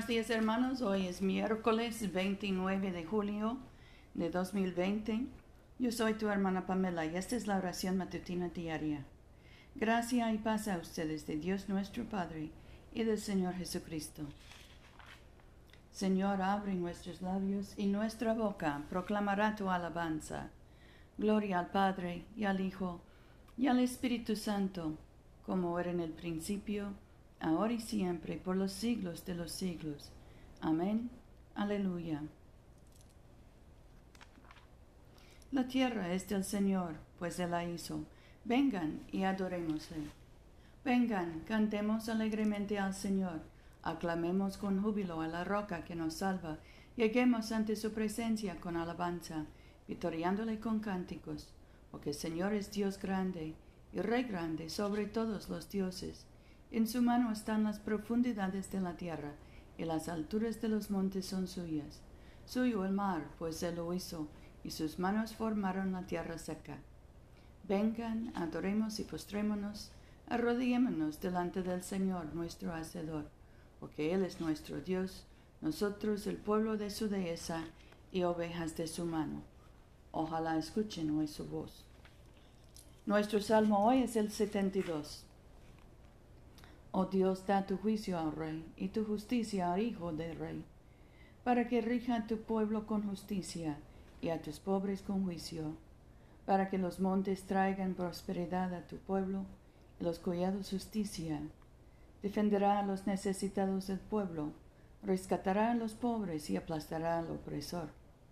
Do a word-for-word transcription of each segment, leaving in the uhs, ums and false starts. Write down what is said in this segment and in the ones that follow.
días, hermanos. Hoy es miércoles veintinueve de julio de dos mil veinte. Yo soy tu hermana Pamela y esta es la oración matutina diaria. Gracia y paz a ustedes de Dios nuestro Padre y del Señor Jesucristo. Señor, abre nuestros labios y nuestra boca proclamará tu alabanza. Gloria al Padre y al Hijo y al Espíritu Santo, como era en el principio, ahora y siempre, por los siglos de los siglos. Amén. Aleluya. La tierra es del Señor, pues Él la hizo. Vengan y adorémosle. Vengan, cantemos alegremente al Señor. Aclamemos con júbilo a la roca que nos salva. Lleguemos ante su presencia con alabanza, victoriándole con cánticos. Porque el Señor es Dios grande y Rey grande sobre todos los dioses. En su mano están las profundidades de la tierra, y las alturas de los montes son suyas. Suyo el mar, pues Él lo hizo, y sus manos formaron la tierra seca. Vengan, adoremos y postrémonos, arrodillémonos delante del Señor nuestro Hacedor, porque Él es nuestro Dios, nosotros el pueblo de su dehesa y ovejas de su mano. Ojalá escuchen hoy su voz. Nuestro salmo hoy es el setenta y dos. Oh Dios, da tu juicio al rey y tu justicia al hijo del rey, para que rija a tu pueblo con justicia y a tus pobres con juicio, para que los montes traigan prosperidad a tu pueblo y los collados justicia. Defenderá a los necesitados del pueblo, rescatará a los pobres y aplastará al opresor.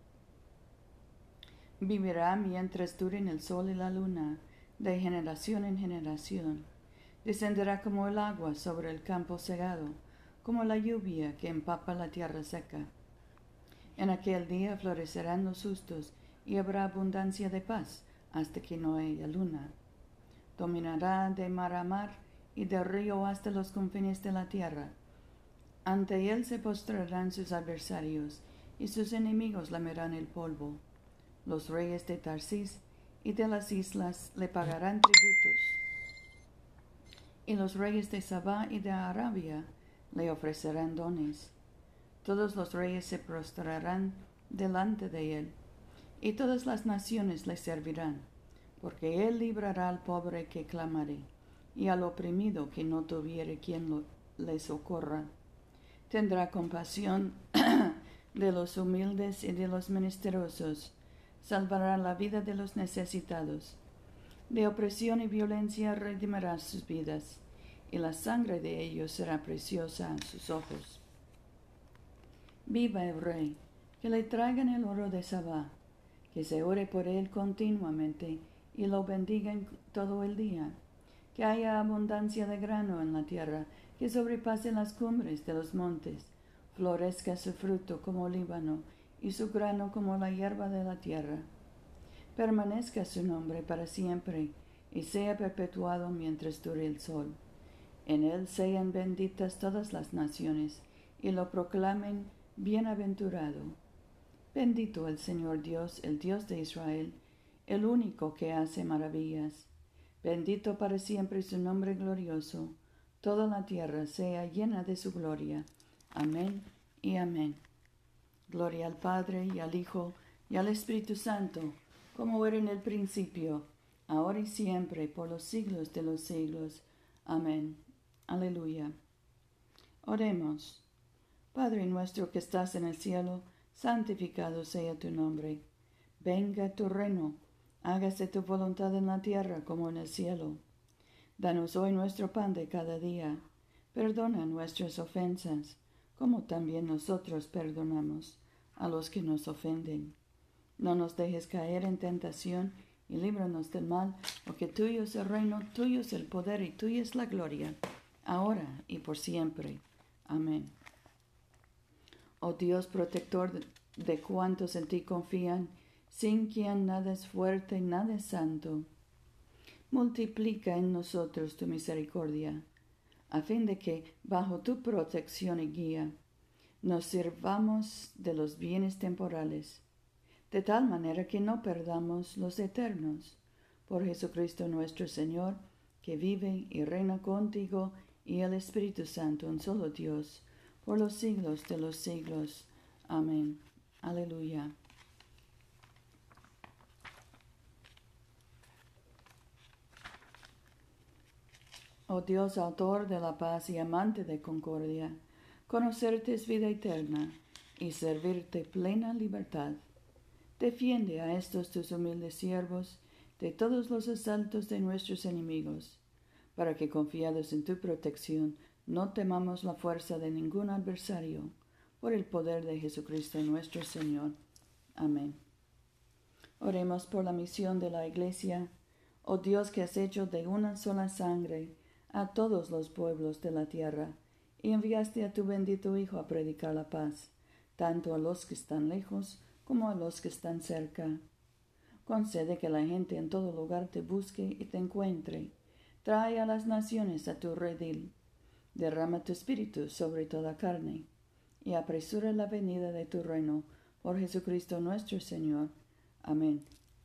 Vivirá mientras duren el sol y la luna, de generación en generación. Descenderá como el agua sobre el campo segado, como la lluvia que empapa la tierra seca. En aquel día florecerán los justos y habrá abundancia de paz hasta que no haya luna. Dominará de mar a mar y del río hasta los confines de la tierra. Ante él se postrarán sus adversarios y sus enemigos lamerán el polvo. Los reyes de Tarsis y de las islas le pagarán tributos, y los reyes de Sabá y de Arabia le ofrecerán dones. Todos los reyes se prostrarán delante de él, y todas las naciones le servirán, porque él librará al pobre que clamare, y al oprimido que no tuviere quien lo, le socorra. Tendrá compasión de los humildes y de los menesterosos, salvará la vida de los necesitados. De opresión y violencia redimirá sus vidas, y la sangre de ellos será preciosa a sus ojos. Viva el Rey, que le traigan el oro de Sabá, que se ore por él continuamente y lo bendigan todo el día. Que haya abundancia de grano en la tierra, que sobrepase las cumbres de los montes, florezca su fruto como Líbano, y su grano como la hierba de la tierra. Permanezca su nombre para siempre, y sea perpetuado mientras dure el sol. En él sean benditas todas las naciones, y lo proclamen bienaventurado. Bendito el Señor Dios, el Dios de Israel, el único que hace maravillas. Bendito para siempre su nombre glorioso. Toda la tierra sea llena de su gloria. Amén y amén. Gloria al Padre, y al Hijo, y al Espíritu Santo, como era en el principio, ahora y siempre, por los siglos de los siglos. Amén. Aleluya. Oremos. Padre nuestro que estás en el cielo, santificado sea tu nombre. Venga tu reino, hágase tu voluntad en la tierra como en el cielo. Danos hoy nuestro pan de cada día. Perdona nuestras ofensas, como también nosotros perdonamos a los que nos ofenden. No nos dejes caer en tentación y líbranos del mal, porque tuyo es el reino, tuyo es el poder y tuya es la gloria, ahora y por siempre. Amén. Oh Dios protector de, de cuantos en ti confían, sin quien nada es fuerte, nada es santo, multiplica en nosotros tu misericordia, a fin de que, bajo tu protección y guía, nos sirvamos de los bienes temporales, de tal manera que no perdamos los eternos. Por Jesucristo nuestro Señor, que vive y reina contigo y el Espíritu Santo, un solo Dios, por los siglos de los siglos. Amén. Aleluya. Oh Dios, autor de la paz y amante de concordia, conocerte es vida eterna y servirte plena libertad. Defiende a estos tus humildes siervos de todos los asaltos de nuestros enemigos, para que confiados en tu protección no temamos la fuerza de ningún adversario, por el poder de Jesucristo nuestro Señor. Amén. Oremos por la misión de la Iglesia. Oh Dios, que has hecho de una sola sangre a todos los pueblos de la tierra, y enviaste a tu bendito Hijo a predicar la paz, tanto a los que están lejos como a los que están cerca. Concede que la gente en todo lugar te busque y te encuentre. Trae a las naciones a tu redil. Derrama tu espíritu sobre toda carne, y apresura la venida de tu reino, por Jesucristo nuestro Señor. Amén.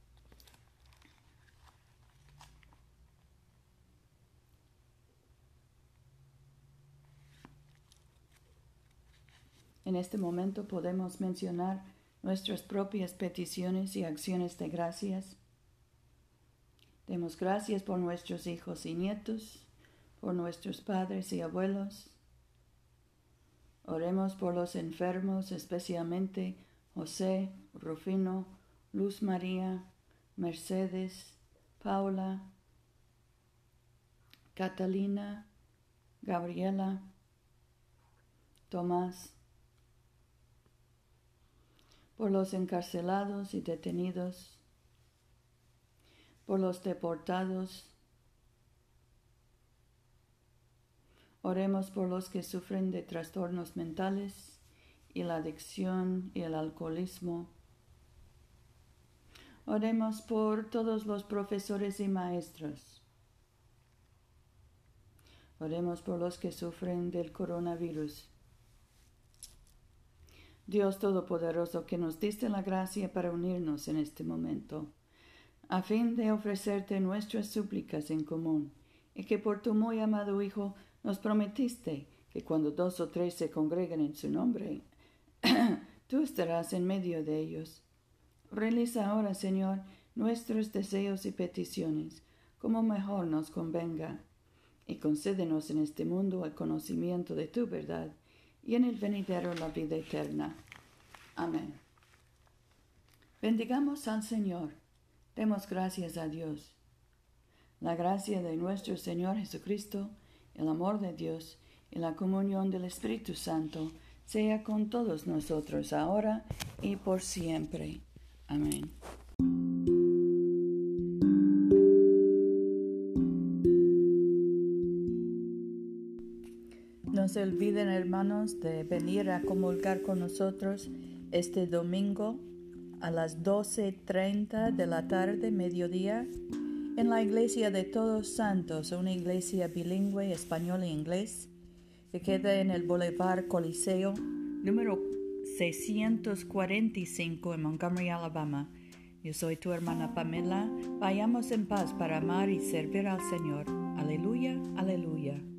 En este momento podemos mencionar nuestras propias peticiones y acciones de gracias. Demos gracias por nuestros hijos y nietos, por nuestros padres y abuelos. Oremos por los enfermos, especialmente José, Rufino, Luz María, Mercedes, Paula, Catalina, Gabriela, Tomás. Por los encarcelados y detenidos, por los deportados. Oremos por los que sufren de trastornos mentales y la adicción y el alcoholismo. Oremos por todos los profesores y maestros. Oremos por los que sufren del coronavirus. Dios Todopoderoso, que nos diste la gracia para unirnos en este momento, a fin de ofrecerte nuestras súplicas en común, y que por tu muy amado Hijo nos prometiste que cuando dos o tres se congreguen en su nombre, tú estarás en medio de ellos. Realiza ahora, Señor, nuestros deseos y peticiones, como mejor nos convenga, y concédenos en este mundo el conocimiento de tu verdad, y en el venidero la vida eterna. Amén. Bendigamos al Señor. Demos gracias a Dios. La gracia de nuestro Señor Jesucristo, el amor de Dios y la comunión del Espíritu Santo sea con todos nosotros ahora y por siempre. Amén. No se olviden, hermanos, de venir a comulgar con nosotros este domingo a las doce treinta de la tarde, mediodía, en la Iglesia de Todos Santos, una iglesia bilingüe, español e inglés, que queda en el Boulevard Coliseo, número seiscientos cuarenta y cinco en Montgomery, Alabama. Yo soy tu hermana Pamela. Vayamos en paz para amar y servir al Señor. Aleluya, aleluya.